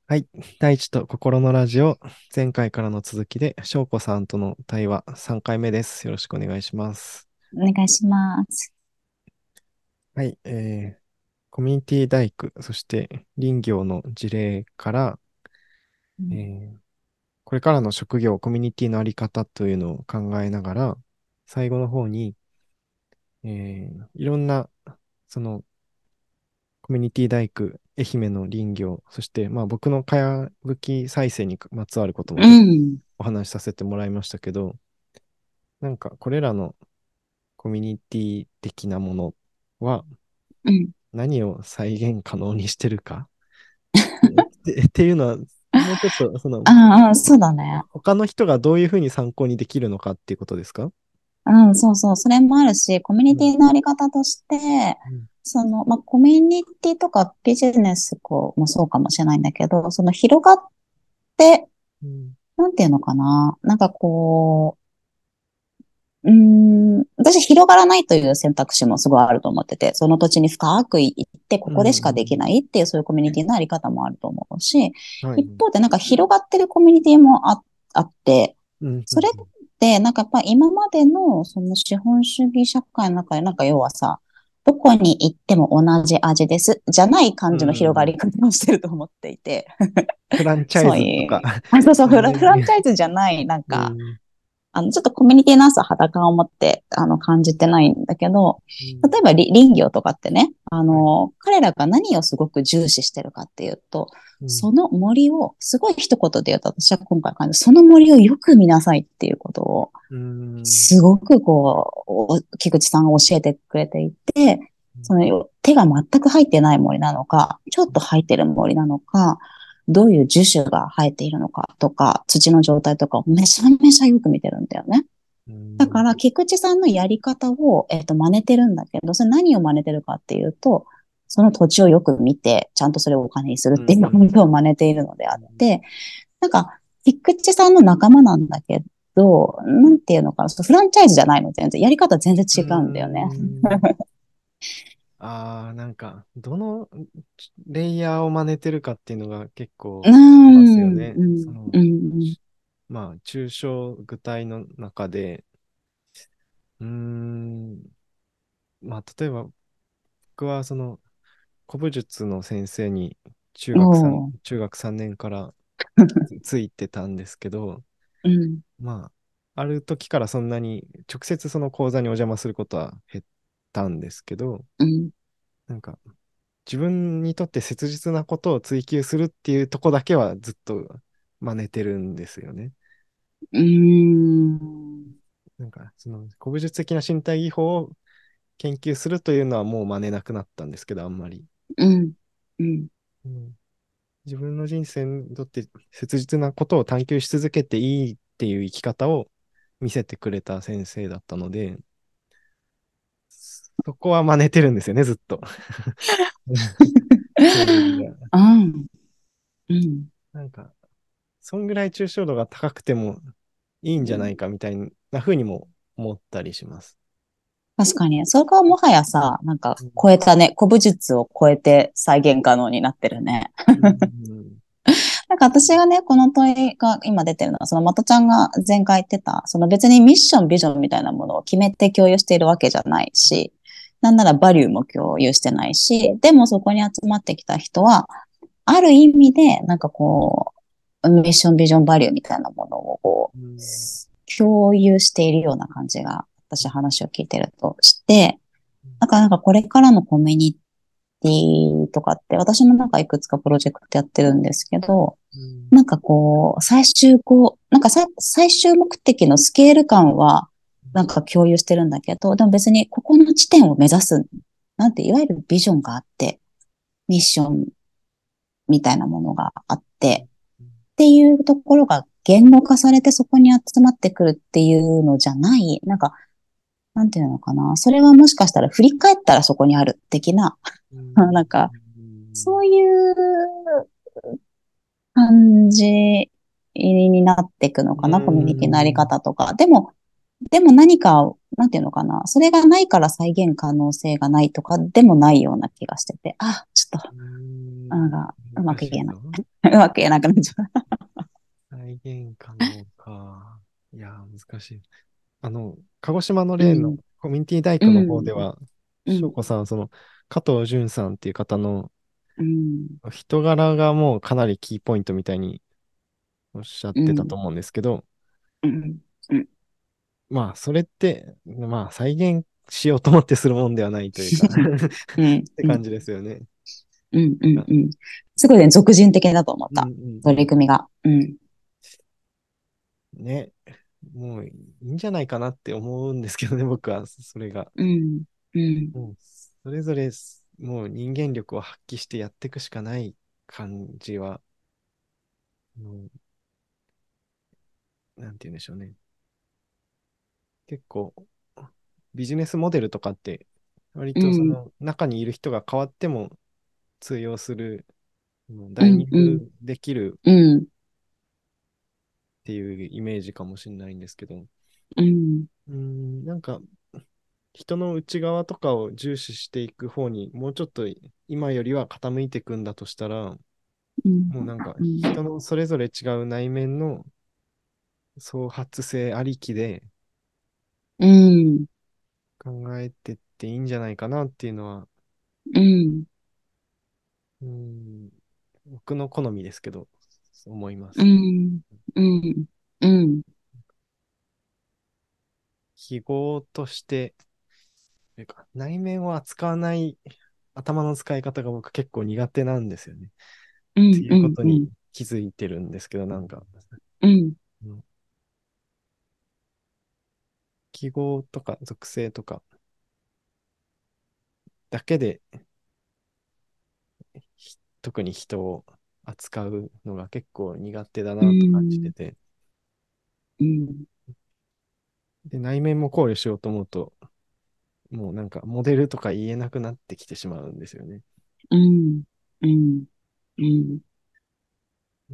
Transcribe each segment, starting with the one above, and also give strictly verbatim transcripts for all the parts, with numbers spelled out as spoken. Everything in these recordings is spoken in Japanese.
はい。大地と心のラジオ、前回からの続きで、翔子さんとの対話さんかいめです。よろしくお願いします。 お願いします。 はい。えー、コミュニティ大工、そして林業の事例から、 うん、 えー、これからの職業、コミュニティのあり方というのを考えながら、最後の方に、えー、いろんな、その、コミュニティ大工、愛媛の林業、そして、まあ僕のかやぶき再生にまつわることもうちょっとん、 お話しさせてもらいましたけど、なんかこれらのコミュニティ的なものはうん。 何を再現可能にしてるかってっていうのは、もうちょっとそのああ、そうだね。 他の人がどういうふうに参考にできるのかっていうことですか？ うん、そうそう。それもあるし、コミュニテうん。 ィのあり方として、 うん。 その、まあ、コミュニティとかビジネスこうもそうかもしれないんだけど、その広がって、 うん。 なんていうのかな。なんかこう、うーん、私広がらないという選択肢もすごいあると思ってて、その土地に深く行って、こうん。 こでしかできないっていう、そういうコミュニティのあり方もあると思うし、 はい。 一方でなんか広がってるコミュニティもあ、あって、 うん。うん。 それって、なんかやっぱ今までのその資本主義社会の中で、なんか要はさ、どこに行っても同じ味です。じゃない感じの広がうん。 り方をしてると思っていて、 フランチャイズとかそういう、あ、そうそう、フラ、 そういう。 フランチャイズじゃない、なんか、 うん。 あの、ちょっとコミュニティの朝肌感を持って、あの、感じてないんだけど、 うん。 例えばり林業とかってね、あはい。 の、彼らが何をすごく重視してるかっていうと、 うん。 その森を、すごい一言で言うと、私は今回感じその森をよく見なさいっていうことを、 うん。 すごくこう、菊池さんが教えてくれていて、その手が全く入ってない森なのか、ちょっと入ってる森なのか、どういう樹種が生えているのかとか、土の状態とかをめちゃめちゃよく見てるんだよね。 うん。 だから、菊池さんのやり方を、えっと、真似てるんだけど、それ何を真似てるかっていうと、その土地をよく見て、ちゃんとそれをお金にするうん。 っていううん。 ことを真似ているのであって、なんか、菊池さんの仲間なんだけど、なんていうのかな、フランチャイズじゃないの、全然。やり方全然う違うんだよね。 ん。ああ、なんか、どのレイヤーを真似てるかっていうのが結う構いますよん、 ね。 うん、 その、 うん、 まあ、抽象具体の中で、うーん、まあ、例えば、僕はその、古武術の先生に中学さん、 おー、 中学さんねんからつついてたんですけど、 うん、 まあ、ある時からそんなに直接その講座にお邪魔することは減ったんですけど、 うん、 なんか、自分にとって切実なことを追求するっていうとこだけはずっと真似てるんですよね。 うーん、 なんか、その古武術的な身体技法を研究するというのはもう真似なくなったんですけど、あんまり。 うん、うん。 うん、自分の人生にとって切実なことを探求し続けていいっていう生き方を見せてくれた先生だったので、そこは真似てるんですよね、ずっと。そういう意味では。 うん、うん。 なんか、そんぐらい抽象度が高くてもいいんじゃないかみたいな風にも思ったりします。 確かに。それがもはやさ、なんかうん。 超えたね、古武術を超えて再現可能になってるね。 うん。 なんか私がね、この問いが今出てるのは、そのまとちゃんが前回言ってた、その別にミッション、ビジョンみたいなものを決めて共有しているわけじゃないし、なんならバリューも共有してないし、でもそこに集まってきた人は、ある意味で、なんかこう、ミッション、ビジョン、バリューみたいなものをこう、 うん。 共有しているような感じが、私話を聞いてるとして、なんかなんかこれからのコミュニティとかって、私もなんかいくつかプロジェクトやってるんですけど、 うん。 なんかこう、最終こう、なんかさ最終目的のスケール感は、なんか共有してるんだけど、でも別にここの地点を目指す、なんて、いわゆるビジョンがあって、ミッションみたいなものがあって、っていうところが言語化されてそこに集まってくるっていうのじゃない、なんか、なんていうのかな。それはもしかしたら振り返ったらそこにある的な、 うなんか、 ん。 そういう感じになっていくのうかな、コミュニティのありん。 方とか。でも、でも何か、なんていうのかな、それがないから再現可能性がないとかでもないような気がしてて、あ、ちょっと、 なんん、 か、うまく言えない。 難しいぞ。 うまく言えなくなっちゃう。 再現可能か。いやー、難しい。あの、鹿児島の例のうん、 コミュニティ大工の方うん、 では、 うん、 翔子さん、その、加藤淳さんっていう方のうん、 人柄がもうかなりキーポイントみたいにおっしゃっうん、 てたと思うんですけど、 うん、うん、 まあ、それって、まあ、再現しようと思ってするもんではないというかうん、 ってうん、 感じですよね。 うん、うん、 あうん。すごいね、俗人的だと思っうんうた。 んうん。 取り組みが。うん、 ね。もういいんじゃないかなって思うんですけどね、僕は、それが。 うん、うん、 もう、それぞれ、もう人間力を発揮してやっていくしかない感じは、もう、なんて言うんでしょうね。結構、ビジネスモデルとかって、割うん、 とその中にいる人が変わっても通用する、もううん、 代入うん、 できるうん、 っていうイメージかもしれないんですけど、 うん、 うーん、なんか、人の内側とかを重視していく方にもうちょっと今よりは傾いていくんだとしたら、 うん、 もうなんかうん、 人のそれぞれ違う内面の創発性ありきでうん、 考えてっていいんじゃないかなっていうのは、 うん、 うーん、僕の好みですけど、そう思いまうす。 ん、うん、うん、 記号として、というか内面を扱わない頭の使い方が僕結構苦手なんですよね。ってうん、 いうこうん、うん、 とに気づいてるんですけど、なんか、 うん、 うん記号とか属性とかだけで特に人を扱うのが結構苦手だうなと感じてん、 て、 うん、 で、内面も考慮しようと思うと、もうなんかモデルとか言えなくなってきてしまうんですよね。 うん、うん、うん、 うん。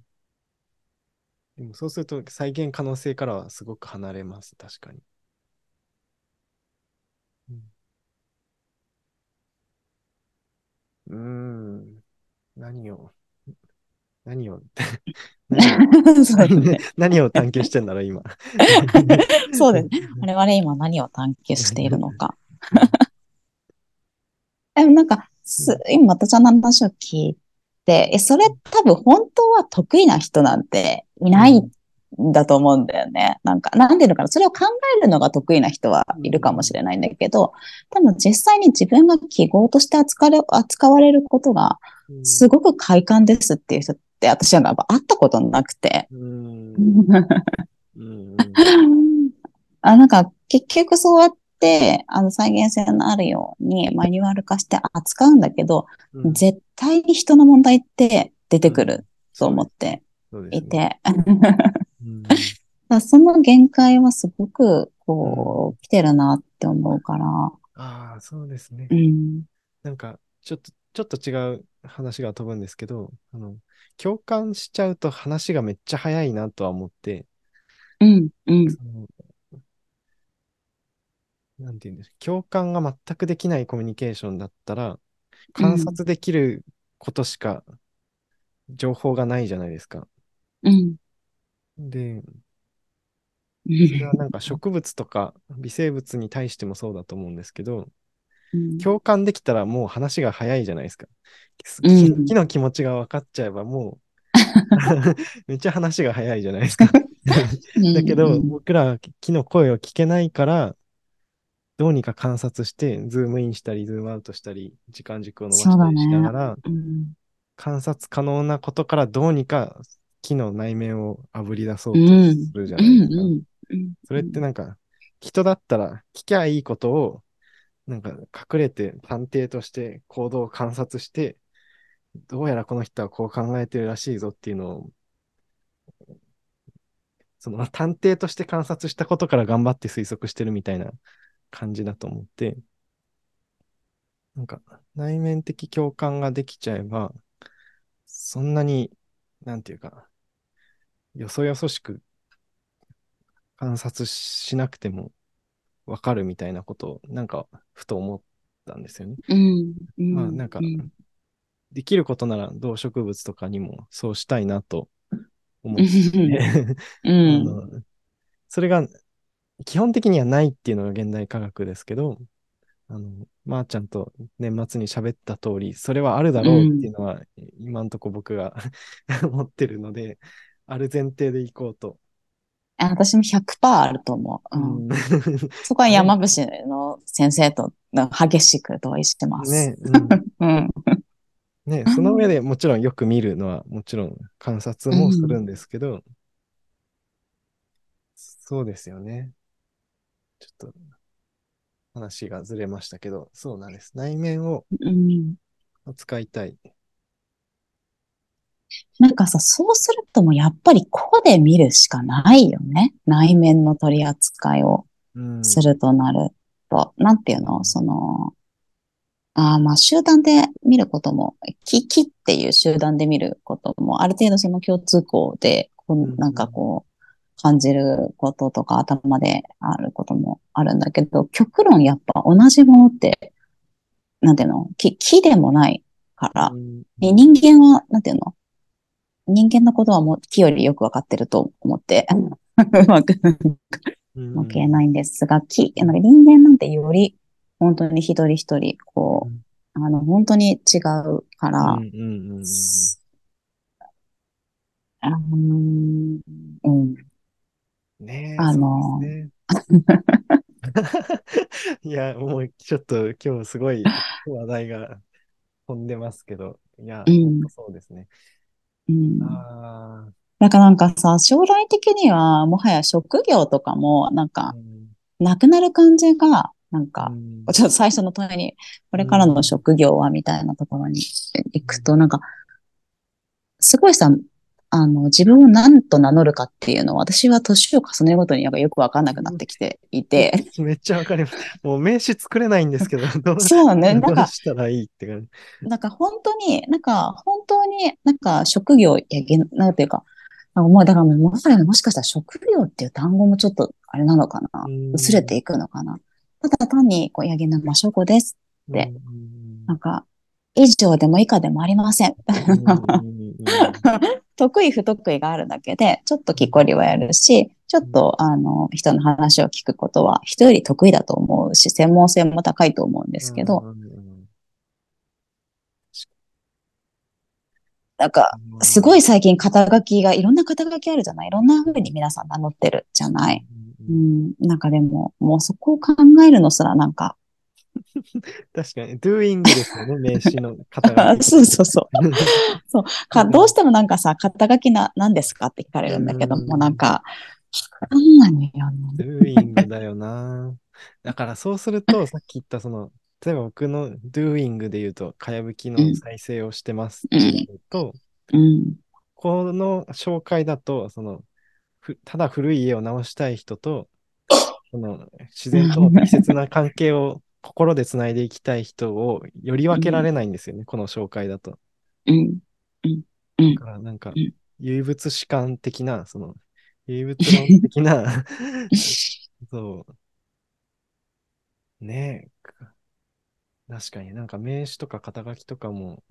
でもそうすると再現可能性からはすごく離れます、確かに。うん。うーん。何を、何を、何を、 そうですね。 何を探求してんだろう、今。 そうですね。我々今何を探求しているのか。でもなんか、す、今、またちゃんの話を聞いて、え、それ多分本当は得意な人なんていないんうん。 だと思うんだよね。なんか、なんていうのかな。それを考えるのが得意な人はういるかもしん。 れないんだけど、多分実際に自分が記号として扱われ、扱われることがうん。 すごく快感ですっていう人って私はやっぱ会ったことなくて。 うん。うん。 あ、なんか、結局そうやって、あの、再現性のあるようにマニュアル化して扱うんだけど、 うん。 絶対に人の問題って出てうん。 くるとそうですね。 思ってそうですね。 いて、 うん。 その限界はすごく、 うん。 こう、来てるなって思うから、 ああ、そうですね。 うん、 なんか、ちょっと、ちょっと違う話が飛ぶんですけど、あの、共感しちゃうと話がめっちゃ早いなとは思って、 うん、うん、 その、なんて言うんでしょう。共感が全くできないコミュニケーションだったら、観うん、 察できることしか情報がないじゃないですか。 うん、 で、 うそれはなんん、 か植物とか微生物に対してもそうだと思うんですけど、 うん、 共感できたらもう話が早いじゃないですか。木の木うん、 の気持ちが分かっちゃえばもうめっちゃ話が早いじゃないですか。 うだけど、 ん、 僕らは木の声を聞けないから、どうにか観察して、ズームインしたり、ズームアウトしたり、時間軸を伸ばそうしたりしなだね。 がら、 うん、 観察可能なことからどうにか木の内面をあぶり出そううとすん、 るじゃうん、 ないですか。 うん、うん、 それってうん。 なんか、人だったら聞きゃいいことを、なんか隠れて探偵として行動を観察して、どうやらこの人はこう考えてるらしいぞっていうのを、その探偵として観察したことから頑張って推測してるみたいな感じだと思って、なんか内面的共感ができちゃえば、そんなに、なんていうか、よそよそしく観察しなくてもわかるみたいなことを、なんかふと思ったんですよね。 うん、うん、 まあなんか、 うん、 できることなら動植物とかにもそうしたいなと思っていてうあん。 の、それが基本的にはないっていうのが現代科学ですけど、あの、まー、ちゃんと年末に喋った通り、それはあるだうん。 ろうっていうのは、今んとこ僕が思ってるので、ある前提でいこうと。 あ、私もひゃくパーセントあると思う。うん。 うん。 そこはない、 山伏の先生と激しく同意してます。 ね、うん。 うん。 ね、 うん。 その上でもちろんよく見るのはもちろん観察うん。 もするんですけど、そうですよね。ちょっと話がずれましたけど、そうなんです。内面をうん。 使いたい。 なんかさ、そうするともうやっぱり個で見るしかないよね。内面の取り扱いをうん。 するとなると。なんていうのその、ああ、まあ集団で見ることも、木、木っていう集団で見ることも、ある程度その共通項で、こうん。 うなんうん。 かこう、感じることとか頭であることもあるんだけど、極論やっぱ同じものって、なんていうの木、木でもないから、 うん。うでん。 人間は、なんていうの人間のことはもう木よりよくわかってると思って、うまくうも言えなん。 いんですが、木、 うん。 なんか人間なんてより、本当に一人一人、こうん。 う、あの、本当に違うかうん。うら、 ん。 あのーうん、 ねえ、 あそうですのね。いや、もうちょっと今日すごい話題が飛んでますけど、いや、 ーうん、 本当そうですね。 うん。 ああ、 なんかなんかさ、将来的には、もはや職業とかも、なんか、 うん、 なくなる感じが、なんうか、 ん、 ちょっと最初の問いに、こうれからのん、 職業はみたいなところに行うん、 くと、なんか、すごいさ、あの、自分を何と名乗るかっていうのを、私は年を重ねるごとになんかよくわかんなくなってきていて、 めっちゃわかります。もう名刺作れないんですけど、どう、 そうね、なんか、 どうしたらいいって感じ。 なんか本当に、なんか本当になんか職業やげん、なんていうか、なんかもうだからもうもはやもしかしたら職業っていう単語もちょっとあれなのかうな、薄れてん、 いくのかな。ただ単に、こう、やげなましょこですうん、 って、 うん、 なんか、以上でも以下でもありません。 うん、うん、うん、 得意不得意があるだけで、ちょっと木こりはやるし、ちょっうん、 と、あの、人の話を聞くことは人より得意だと思うし、専門性も高いと思うんでうすけど、 ん、 なんか、すごい最近肩書きが、いろんな肩書きあるじゃない、いろんな風に皆さん名乗ってるじゃうん、 ない。 うん。 うん、なんかでも、もうそこを考えるのすらなんか、 確かに、doing ですよね、名刺の肩書きとそうかって。 そうそう。そうか、 なんか、 どうしてもなんかさ、肩書きな、何ですかって聞かれうるんだけども、なんん、 か、なんなのよね。 doing だよな。だからそうすると、さっき言ったその、例えば僕の doing で言うと、かやぶきうん、 の再生をしてますってなうん、 ると、 うん、 この紹介だと、その、ふただ古い家を直したい人と、その自然との適切な関係を心でつないでいきたい人をより分けらうん、 れないんですよね、この紹介だと。 うん、うん、うん、 だからなんか、 うん。 唯物史観的な、その、唯物論的なそう、ねえ、確かになんか名刺とか肩書きとかも、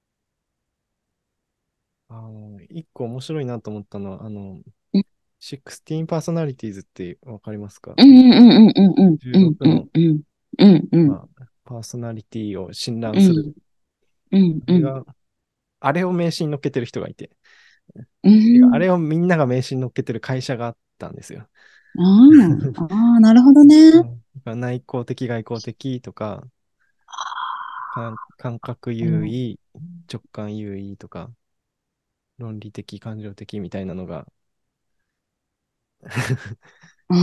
あの、一個面白いなと思ったのは、あの、じゅうろくパーソナリティーズってわかりますか？あの、 うん、うん、うん、うん、うん、うん、 じゅうろくの、 うん、うん、うん、 まあ、パーソナリティを診断する。 うん、うん、うん、 あれが、あれを名刺に載っけてる人がいて、 うん。 てかあれをみんなが名刺に載っけてる会社があったんですよ。 ああ、ああ、なるほどね。 うん、だから内向的、外向的とか、感感覚うん、 優位、直感優位とか、論理的、感情的みたいなのがうん、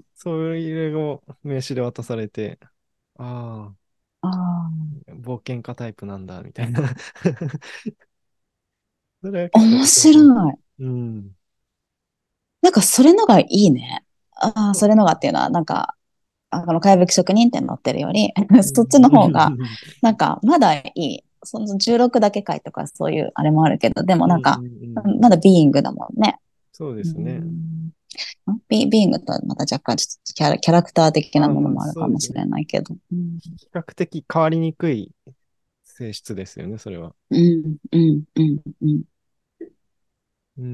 そういうのを名刺で渡されて、あああ、 あ、冒険家タイプなんだ、みたいなそれは結構面面白い。 白い。 うん。 なんかそれのがいいね。ああ、 そう。 それのがっていうのは、なんか、あの、かやぶき職人って載ってるより、 うそっちの方が、 ん。 なんか、まだいい。そのじゅうろくだけかいとか、そういうあれもあるけど、でもうん。うなんか、 ん。 まだビーイングだもんね。 そうでうすね。 ん。ビ、ビーイングとはまた若干ちょっとキャラ、キャラクター的なまあまあ、 ものもあるかもしれそうですね。 ないけど。うん。 比較的変わりにくい性質ですよね、それは。 うん、うん、うん、うん。 うん。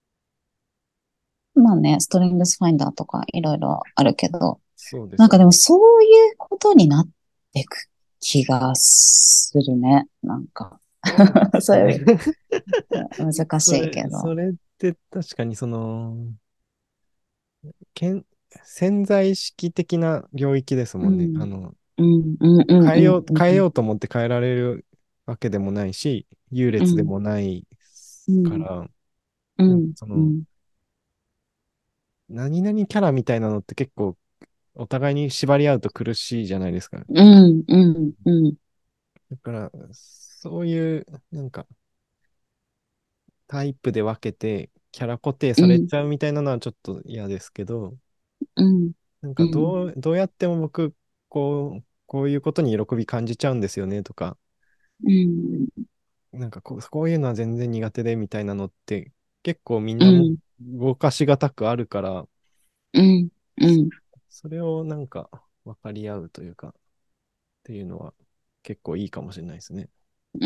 まあね、ストレングスファインダーとかいろいろあるけど、 そうでなんかでもすよね。 そういうことになっていく気がするね。なんかそうでそういう、 すね。 難しそれ、そいけど。 れって確かにその、けん、潜在意識的な領域ですもんね。あうん。 の、 うん、うん、うん、うん、 変えよう、 うん、 変えようと思って変えられるわけでもないし、優劣でうん、 もないうん、 から、なんかうん、 その、 うん、 何々キャラみたいなのって結構、お互いに縛り合うと苦しいじゃないですか。 うん、うん、うん、 だから、そういう、なんか、タイプで分けて、キャラ固定されうん、 ちゃうみたいなのはちょっと嫌ですけど、 うん、 なんうん、 かどう、どうやっても僕、こう、こういうことに喜び感じちゃうんですよねとか、 うん、 なんかこう、こういうのは全然苦手でみたいなのって結構みんなもうん、 動かしがたくあるから、 うん、うん、 それをなんか分かり合うというか、っていうのは結構いいかもしれないですね。 うん、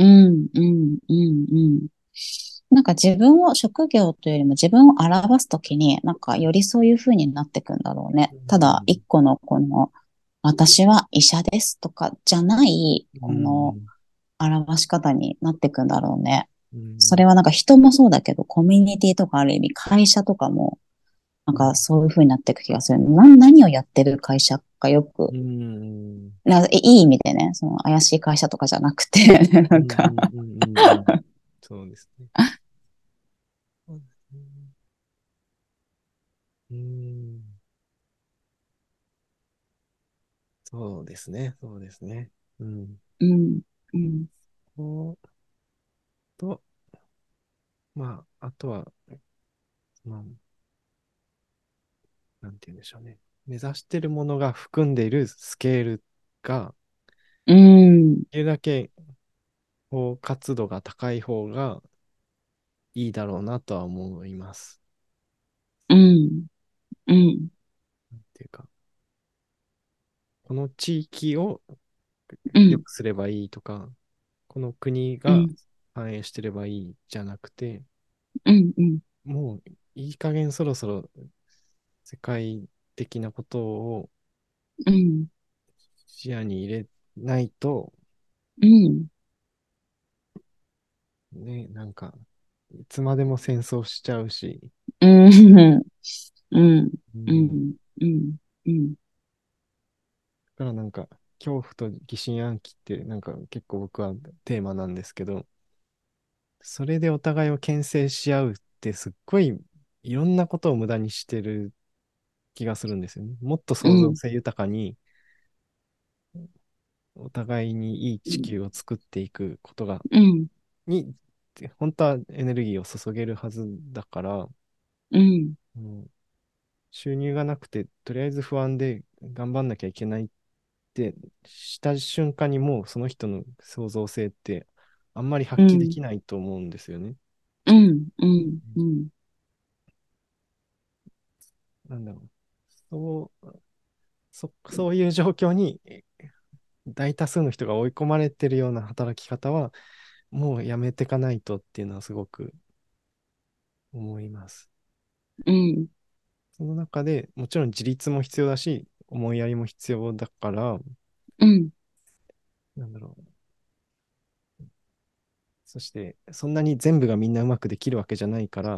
うん、うん。なんか自分を職業というよりも自分を表すときに、なんかよりそういう風になっていくんだろうね。 うただん。 一個のこの、私は医者ですとかじゃない、 うこのん。 表し方になっていくんだろうね。 うん。 それはなんか人もそうだけど、コミュニティとかある意味会社とかも、なんうん。 かそういう風になっていく気がする。な、何をやってる会社かよく、 うん。 ないい意味でね、その怪しい会社とかじゃなくて、 うん。 なんか、 うん。うん。うん。そうですね。うん。そうですね。そうですね。うん。 うん、うん、 こうと、まあ、あとは、まあ、なんて言うんでしょうね。目指しているものが含んでいるスケールが、 うん、 できるだけ包括度が高い方がいいだろうなとは思います。 うん、うん、 なんていうか、この地域をうん、 良くすればいいとか、この国がうん、 反映してればいいじゃなくて、 うん、うん、 もういい加減そろそろ世界的なことをうん、 視野に入れないと、 うん、 ね、なんか、いつまでも戦争しちゃうし、 うん、うん、ううん、だん、うん、うん、 からなんか、恐怖と疑心暗鬼ってなんか結構僕はテーマなんですけど、それでお互いを牽制し合うってすっごいいろんなことを無駄にしてる気がするんですよね。もっとうん、 創造性豊かにお互いにいい地球を作っていくことが、 うん、 に、本当はエネルギーを注げるはずだから、 うん、 うん、収入がなくて、とりあえず不安で頑張んなきゃいけないってした瞬間にもうその人の創造性ってあんまり発揮でうん、 きないと思うんですよね。 うん、ううん。 ん、うん、 なんだろう。そう、そ、そういう状況に大多数の人が追い込まれてるような働き方はもうやめていかないとっていうのはすごく思います。 うん、 その中でもちろん自立も必要だし、思いやりも必要だから、 うん、 なんだろう。そして、そんなに全部がみんなうまくできるわけじゃないから、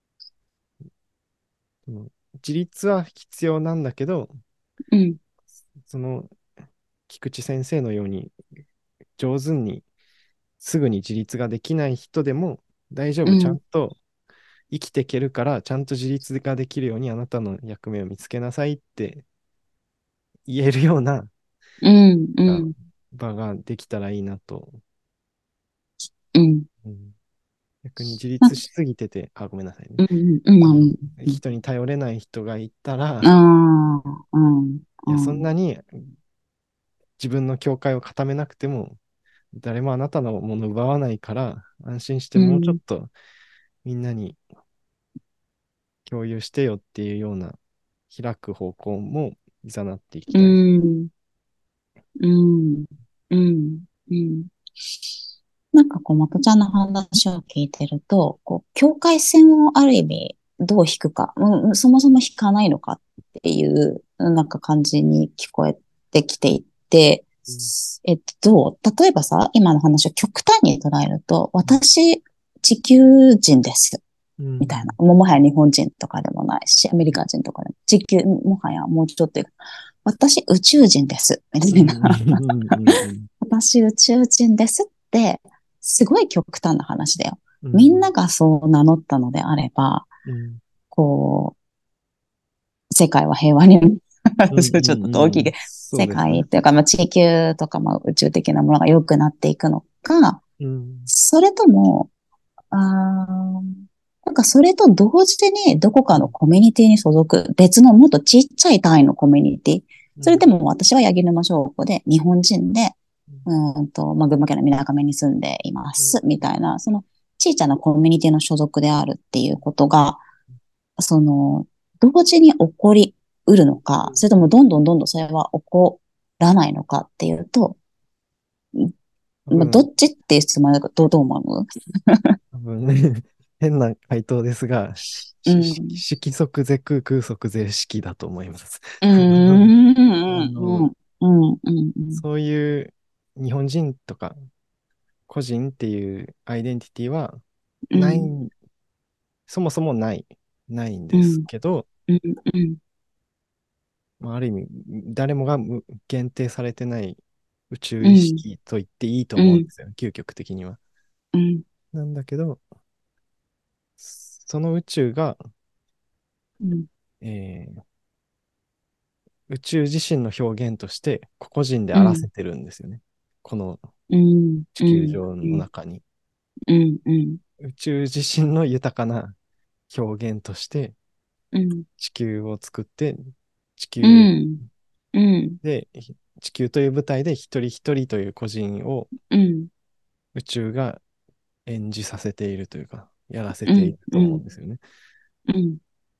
その自立は必要なんだけど、 うん、 その菊池先生のように上手にすぐに自立ができない人でも大丈夫、ちゃんうん、 と生きていけるから、ちゃんと自立ができるようにあなたの役目を見つけなさいって言えるようなうん、うがん、 場ができたらいいなと。 うん、 うん、逆に自ま、 立しすぎてて、あ、ごめんなさいね。 うん、うん、 そのうん、 人に頼れない人がいたあら、 あ、うん、 いや、そんうん、 なに自分の境界を固めなくても、誰もあなたのもの奪わないから、安心してもうちょっうん、 とみんなに共有してよっていうような開く方向も誘っていきうたい。 ん、うん、うん。 うん。なんかこう、まこちゃんの話を聞いてると、こう、境界線をある意味、どう引くか、うん、そもそも引かないのかっていう、なんか感じに聞こえてきていて、 うん。 えっと、どう例えばさ、今の話を極端に捉えると、私、地球人です。 うん。 みたいな。もうもはや日本人とかでもないし、アメリカ人とかでも、地球、もはやもうちょっと言う、私宇宙人です。みたいな。 うん。うん。うん。 私宇宙人ですって、すごい極端な話だよ。みんうん。 ながそう名乗ったのであれば、 うん。 こう、世界は平和にうん。 ちょっと大きいけうん。 ど、世そうですね。 界っていうか、まあ、地球とか、まあ、宇宙的なものが良くなっていくのか、 うん。 それとも、あーなんかそれと同時にどこかのコミュニティに所属、別のもっとちっちゃい単位のコミュニティ。 うん。 それでも私は八木沼昭子で日本人で、うーんと、まあ、群馬県のみなかみに住んでいまうん。 す、みたいな、その小さなコミュニティの所属であるっていうことが、その、同時に起こりうるのか、それともどんどんどんどんそれは起こらないのかっていうと、まあ、ど多分、 っちっていう質問だけど、どうどう思う？ 多分変な回答ですが、ししうん。 色即是空、空即是色だと思います。 うーあん、うの、 ん、うん、うん、うん、 そういう日本人とか個人っていうアイデンティティはない、 うん、 そもそもない、ないんですうん、 けど、 うん、うん、 まあ、ある意味、誰もがむ限定されてない宇宙意うん、 識と言っていいとうん、 思うんですよ、究極的には。 うん、 なんだけど、その宇宙が、 うん、 えー宇宙自身の表現として個々人でうん、 あらせてるんですよね。このうん、 地うん、 球上うん、 の中に。 うん、うん、 宇宙自身の豊かな表現としてうん、 地球を作って、地う球ん、うん、 で、地球という舞台で一人一人という個人をうん、 宇宙が演じさせているというか、やらせうん、 ていると思うんうん、 ですよね。 うん、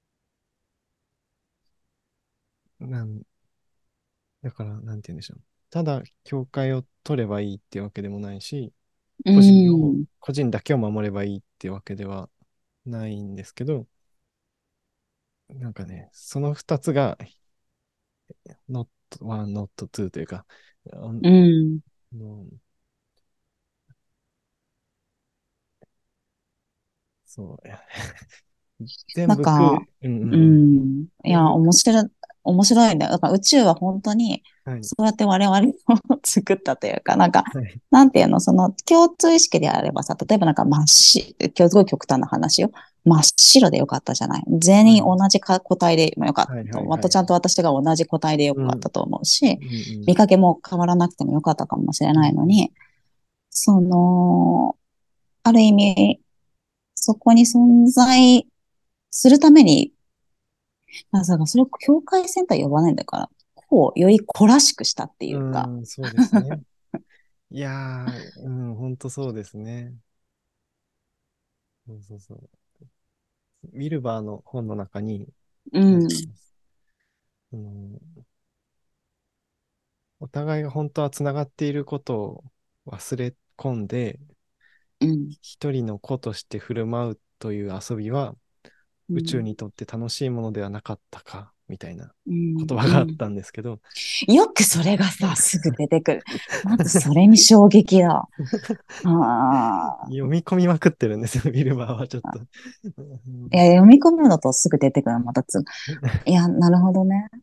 なんだから、なんて言うんでしょう。ただ、教会を取ればいいってわけでもないし、 う個人を、 ん、 個人だけを守ればいいってわけではないんですけど、なんかね、その二つが not one, not two というか、あうん。 のそう、全部空、 なんか、 うんうんううん。 ん。いや、 全部、 面白い、面白いんだよ。だから宇宙は本当に、 はい、 そうやって我々を作ったというか、なんか、 はい、 なんていうの、その共通意識であればさ、例えばなんか真っ白、今日すごい極端な話よ。真っ白でよかったじゃない。全はい、 員同じか個体でもよかっはい、 たと思う。 はい、はい。 またちゃんと私が同じ個体でようん、 かったと思うし、 うん、うん、 見かけも変わらなくてもよかったかもしれうん、 ないのに、その、ある意味、そこに存在するためにだからそれを境界線とは呼ばないんだから、こう、より子らしくしたっていうか。 うん、そうですね。いやー、うん、ほんとそうですね。そうそうそう。ウィルバーの本の中に、 うなんかん、 そのお互いが本当はつながっていることを忘れ込んで、 うん、 一人の子として振る舞うという遊びは、宇宙うん、 にとって楽しいものではなかったか、みたいなうん、 言葉うん。 があったんですけど、 よくそれがさ、すぐ出てくる。まずそれに衝撃だ。ああ。 読み込みまくってるんですよ、ビルバーはちょっと。 いや、読み込むのとすぐ出てくるのまたつ。いや、なるほどね。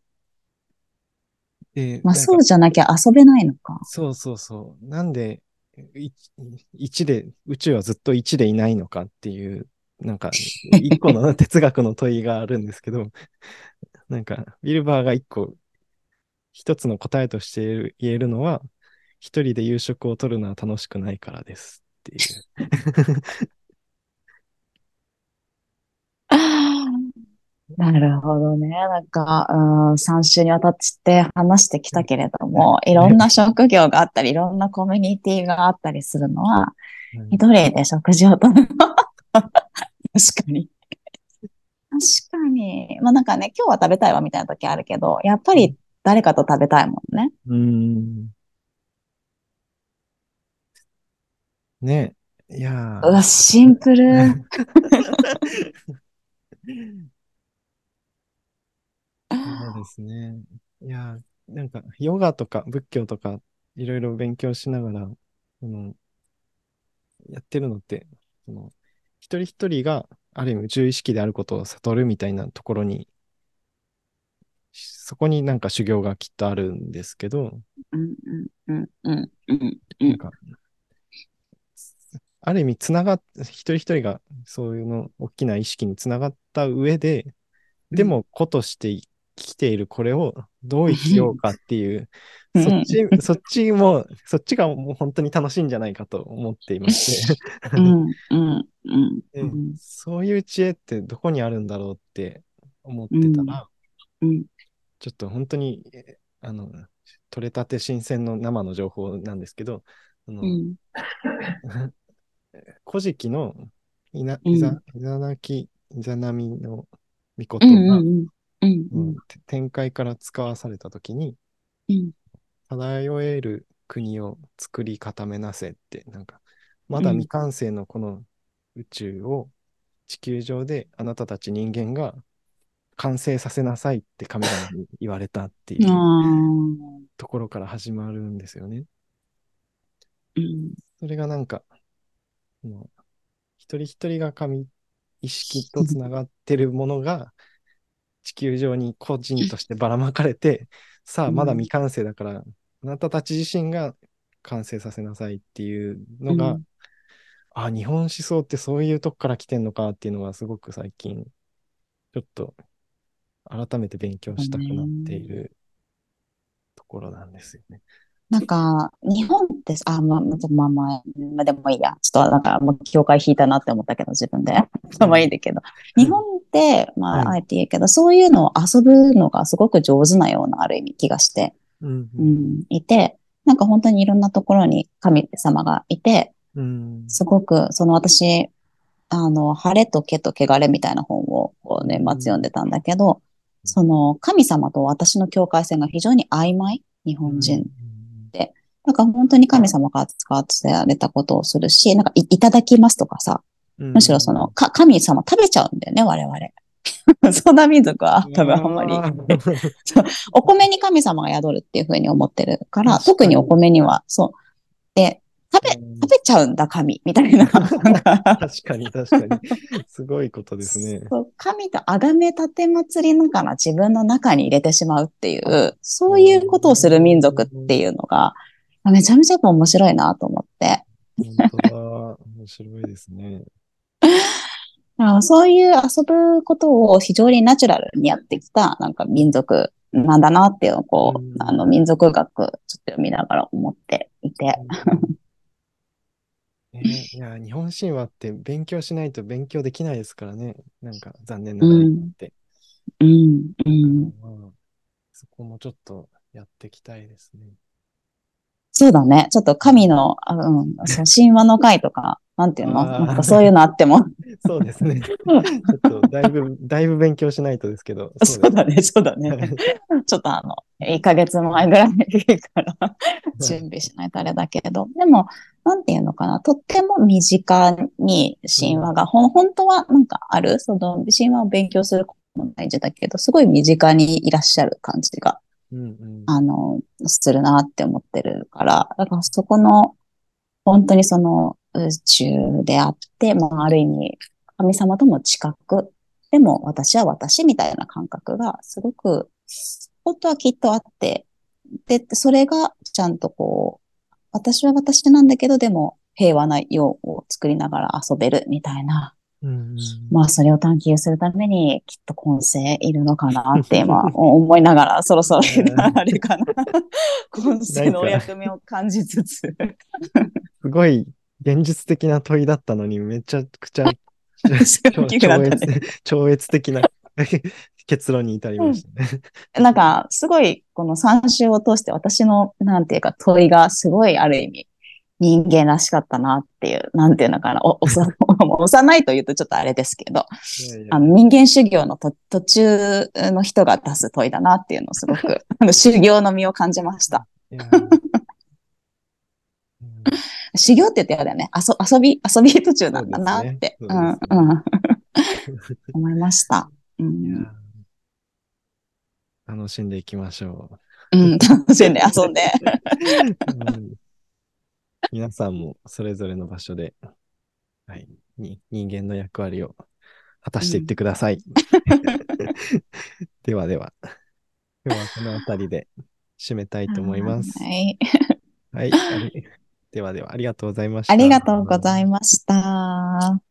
で、 まあなんか、 そうじゃなきゃ遊べないのか。 そうそうそう。なんで、い一で、宇宙はずっと一でいないのかっていう、なんか、一個の哲学の問いがあるんですけど、なんか、ビルバーが一個、一つの答えとして言える言えるのは、一人で夕食を取るのは楽しくないからですっていう。 なるほどね。なんか、うん、さん週にわたって話してきたけれども、いろんな職業があったり、いろんなコミュニティがあったりするのは、一人で食事をとるの。確かに。確かに。まあなんかね、今日は食べたいわみたいな時あるけど、やっぱり誰かと食べたいもんね。 うん。 ね。いやうわ、シンプル。 ー。そうですね。いやー、なんか、ヨガとか仏教とか、いろいろ勉強しながら、その、やってるのって、その、一人一人が、ある意味宇宙意識であることを悟るみたいなところに、そこになんか修行がきっとあるんですけど、 うんうんうんうんうんうん。 なんか、ある意味つながっ、一人一人がそういうの大きな意識につながった上で、でも子として生きているこれをどう生きようかっていう、そっち、そっちも、そっちがもう本当に楽しいんじゃないかと思っていまして。 うんうんうんうで、 んそういう知恵ってどこにあるんだろうって思っうんてたら、 うんちょっと本当に、えあの、取れたて新鮮の生の情報なんですけど、あの、 うん古事記のいな、いざ、 うんいざなき、いざなみの御うん事が、 うんうんうんうん、て天界から使わされたときに、 うん漂える国を作り固めなせって、なんか、まだ未うん完成のこの宇宙を地球上であなたたち人間が完成させなさいって神様に言われたってあいうーところから始まるんですよね。 うんそれがなんか、もう一人一人が神意識とつながってるものが地球上に個人としてばらまかれて、さあ、まだ未うん完成だから、あなたたち自身が完成させなさいっていうのが、 うんあ、日本思想ってそういうとこから来てんのかっていうのがすごく最近、ちょっと改めて勉強そうしたくなっていね。 るところなんですよね。 なんか、日本って、あ、まあ、まあ、まあ、まあ、まあでもいいや。ちょっと、なんか、もう、境界引いたなって思ったけど、自分で。まあいいんうん。 だけど。日本って、まあ、あはい。 えて言うけど、そういうのを遊ぶのがすごく上手なような、ある意味、気がして、 うん、うん、 うん、いて、なんか本当にいろんなところに神様がいて、 うん。 すごく、その私、あの、晴れと毛と汚れみたいな本を、こうう、年末読んん、 でたんだけど、その、神様と私の境界線が非常に曖昧、日うん、 本人で。なんか本当に神様が使わせられたことをするし、なんかい、いただきますとかさ、 うん、うむしろその、 ん。 か、神様食べちゃうんだよね、我々。そんな民族は多分あんまり。 ああ、 そう、お米に神様が宿るっていうふうに思ってるから、 確かに。 特にお米には、そう。で、食べ、 うん、 食べちゃうんだ、神、みたいな。なんか確かに、確かに。すごいことですね。 そう、神と崇め立て祭りながら自分の中に入れてしまうっていう、 うそういうことをする民族ってん、 いうのが、めちゃめちゃやっぱ面白いなと思って。 本当だ。面白いですね。 あ、そういう遊ぶことを非常にナチュラルにやってきた、なんか民族なんだなっていうのを、 うこう、あの、 ん。 民族学、ちょっと読みながら思っていて。 うん、ね、いや、日本神話って勉強しないと勉強できないですからね。なんか残念ながら今っうん、 て。 うん、うだからん。 まあ、そこもちょっとやっていきたいですね。 そうだね。ちょっとうん、 神の、あ、うん、そう、神話の回とか、なんていうのなんああ、 かそういうのあっても。 そうですね。ちょっとだいぶ、だいぶ勉強しないとですけど、そうですね。 そうだね、そうだね。ちょっとあの、いっかげつまえぐらいからはい。 準備しないとあれだけど、でも、なんていうのかな、とっても身近にうん、 神話が、ほん、本当はなんかある、その神話を勉強することも大事だけど、すごい身近にいらっしゃる感じが、 うん、うん、 あの、するなって思ってるから、だからそこの、本当にその宇宙であって、まあ、ある意味、神様とも近く、でも私は私みたいな感覚がすごく、本当はきっとあって、で、それがちゃんとこう、私は私なんだけど、でも平和な世を作りながら遊べるみたいな。 うん、うん。 まあ、それを探求するために、きっと今世いるのかなって今思いながら、そろそろあれかな。今世のおなんか、 役目を感じつつ。 すごい現実的な問いだったのに、めちゃくちゃすごい超、 大きくな超越、 ったね。 超越的な結論に至りましたね。 なんか、すごい、このさん週を通して私の、なんていうか、問いがすごいある意味、人間らしかったなっていう、なんていうのかな、お、おさ、幼いと言うとちょっとあれですけど、 いやいやあの、 いや。 人間修行のと途中の人が出す問いだなっていうのをすごく、あの、修行の身を感じました。 いや、うん、 修行って言ってやだよね。遊、遊び、遊び途中そうなんだですね。 なって、 そううん、 ですね。 うん、思いました。ういやん、 ー、楽しんでいきましょうん、楽しんで遊んで。 う。うん、皆さんもそれぞれの場所で、はい、に人間の役割を果たしていってうん。 ください。ではでは、今日はこの辺りで締めたいと思います。 はい。 はい、あり、ではでは、ありがとうございまあした。 りがとうございました。